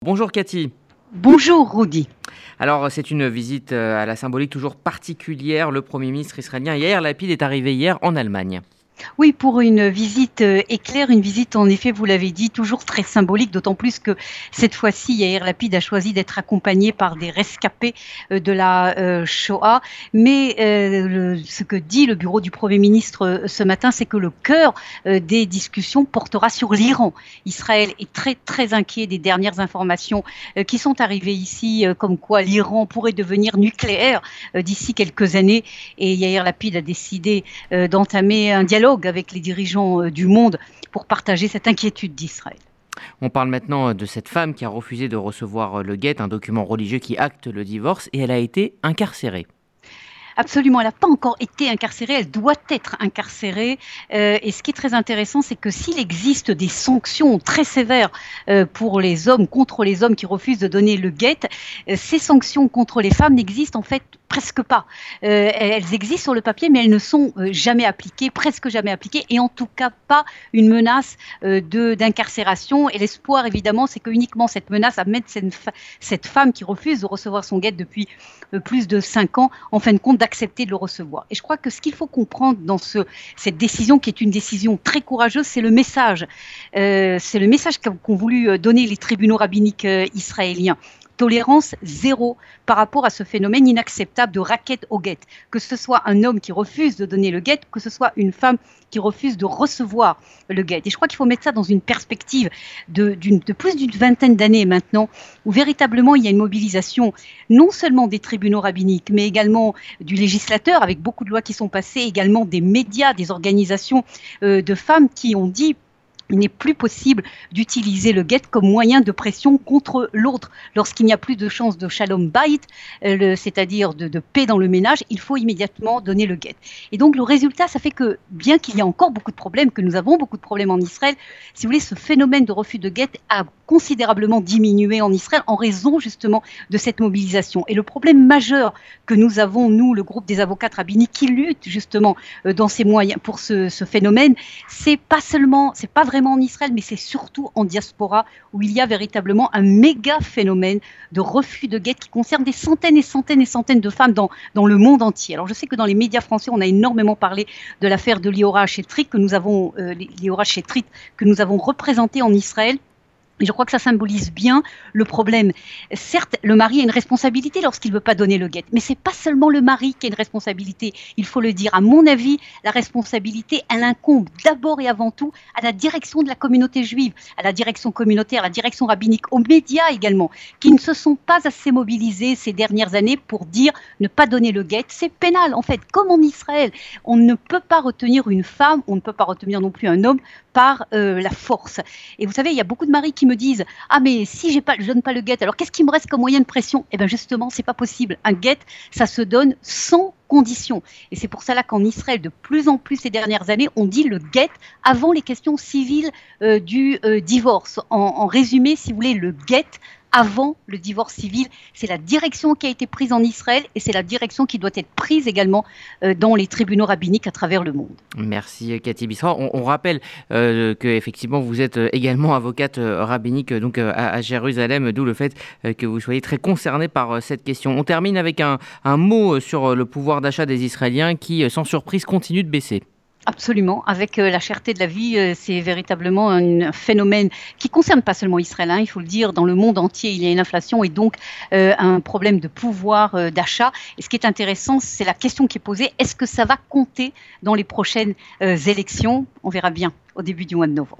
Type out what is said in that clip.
Bonjour Cathy. Bonjour Rudy. Alors c'est une visite à la symbolique toujours particulière. Le Premier ministre israélien Yair Lapid est arrivé hier en Allemagne. Oui, pour une visite éclair, une visite en effet, vous l'avez dit, toujours très symbolique, d'autant plus que cette fois-ci, Yair Lapid a choisi d'être accompagné par des rescapés de la Shoah. Mais ce que dit le bureau du Premier ministre ce matin, c'est que le cœur des discussions portera sur l'Iran. Israël est très très inquiet des dernières informations qui sont arrivées ici, comme quoi l'Iran pourrait devenir nucléaire d'ici quelques années. Et Yair Lapid a décidé d'entamer un dialogue avec les dirigeants du monde pour partager cette inquiétude d'Israël. On parle maintenant de cette femme qui a refusé de recevoir le guet, un document religieux qui acte le divorce, et elle a été incarcérée. Absolument, elle n'a pas encore été incarcérée, elle doit être incarcérée. Et ce qui est très intéressant, c'est que s'il existe des sanctions très sévères pour les hommes, contre les hommes qui refusent de donner le guet, ces sanctions contre les femmes n'existent en fait presque pas. Elles existent sur le papier, mais elles ne sont jamais appliquées, presque jamais appliquées, et en tout cas pas une menace d'incarcération. Et l'espoir, évidemment, c'est que uniquement cette menace amène cette femme qui refuse de recevoir son guet depuis plus de 5 ans, en fin de compte, d'accepter de le recevoir. Et je crois que ce qu'il faut comprendre dans cette décision, qui est une décision très courageuse, c'est le message. C'est le message qu'ont voulu donner les tribunaux rabbiniques israéliens. Tolérance zéro par rapport à ce phénomène inacceptable de racket au guet. Que ce soit un homme qui refuse de donner le guet, que ce soit une femme qui refuse de recevoir le guet. Et je crois qu'il faut mettre ça dans une perspective de plus d'une vingtaine d'années maintenant, où véritablement il y a une mobilisation non seulement des tribunaux rabbiniques, mais également du législateur, avec beaucoup de lois qui sont passées, également des médias, des organisations de femmes qui ont dit: il n'est plus possible d'utiliser le guet comme moyen de pression contre l'autre. Lorsqu'il n'y a plus de chance de shalom bayit, c'est-à-dire de paix dans le ménage, il faut immédiatement donner le guet. Et donc le résultat, ça fait que, bien qu'il y ait encore beaucoup de problèmes, que nous avons beaucoup de problèmes en Israël, si vous voulez, ce phénomène de refus de guet a considérablement diminué en Israël en raison justement de cette mobilisation. Et le problème majeur que nous avons, nous, le groupe des avocats rabbiniques qui luttent justement dans ces moyens pour ce phénomène, c'est pas vraiment en Israël, mais c'est surtout en diaspora où il y a véritablement un méga phénomène de refus de guet qui concerne des centaines et centaines et centaines de femmes dans le monde entier. Alors je sais que dans les médias français, on a énormément parlé de l'affaire de Liora Chetrit que nous avons représentée en Israël. Et je crois que ça symbolise bien le problème. Certes, le mari a une responsabilité lorsqu'il ne veut pas donner le guet, mais ce n'est pas seulement le mari qui a une responsabilité, il faut le dire. À mon avis, la responsabilité, elle incombe d'abord et avant tout à la direction de la communauté juive, à la direction communautaire, à la direction rabbinique, aux médias également, qui ne se sont pas assez mobilisés ces dernières années pour dire ne pas donner le guet. C'est pénal, en fait, comme en Israël. On ne peut pas retenir une femme, on ne peut pas retenir non plus un homme par la force. Et vous savez, il y a beaucoup de maris qui me disent: ah, mais si je donne pas le guet, alors qu'est-ce qui me reste comme moyen de pression? Eh bien justement, c'est pas possible. Un guet, ça se donne sans condition. Et c'est pour cela qu'en Israël, de plus en plus ces dernières années, on dit le guet avant les questions civiles du divorce. En résumé, si vous voulez, le guet avant le divorce civil, c'est la direction qui a été prise en Israël et c'est la direction qui doit être prise également dans les tribunaux rabbiniques à travers le monde. Merci Cathy Bissois. On rappelle que effectivement vous êtes également avocate rabbinique donc à Jérusalem, d'où le fait que vous soyez très concernée par cette question. On termine avec un mot sur le pouvoir d'achat des Israéliens qui, sans surprise, continue de baisser. Absolument, avec la cherté de la vie, c'est véritablement un phénomène qui ne concerne pas seulement Israël, il faut le dire, dans le monde entier il y a une inflation et donc un problème de pouvoir d'achat. Et ce qui est intéressant, c'est la question qui est posée: est-ce que ça va compter dans les prochaines élections? On verra bien au début du mois de novembre.